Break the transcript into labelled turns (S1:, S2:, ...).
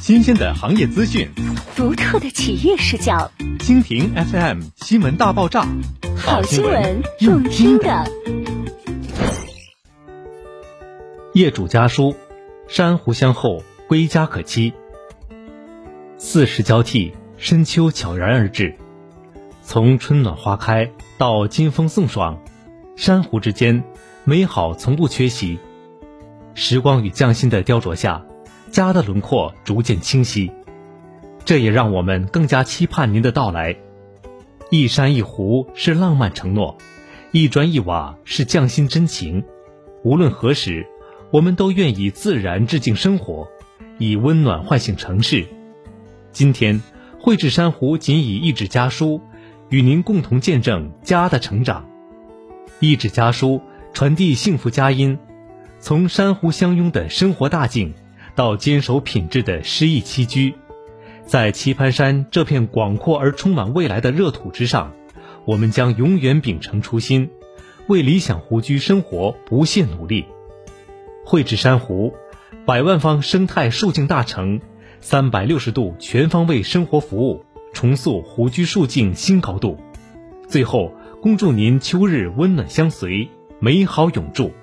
S1: 新鲜的行业资讯，
S2: 独特的企业视角，
S1: 蜻蜓 FM 新闻大爆炸，
S2: 好新闻用听的。
S1: 业主家书，珊瑚相候，归家可期。四时交替，深秋悄然而至，从春暖花开到金风送爽，珊瑚之间美好从不缺席。时光与匠心的雕琢下，家的轮廓逐渐清晰，这也让我们更加期盼您的到来。一山一湖是浪漫承诺，一砖一瓦是匠心真情。无论何时，我们都愿以自然致敬生活，以温暖唤醒城市。今天，绘制珊瑚仅以一纸家书，与您共同见证家的成长。一纸家书传递幸福佳音，从珊瑚相拥的生活大境，到坚守品质的诗意栖居，在棋盘山这片广阔而充满未来的热土之上，我们将永远秉承初心，为理想湖居生活不懈努力。绘制珊瑚，100万方生态树境大成，360度全方位生活服务，重塑湖居树境新高度。最后，恭祝您秋日温暖相随，美好永驻。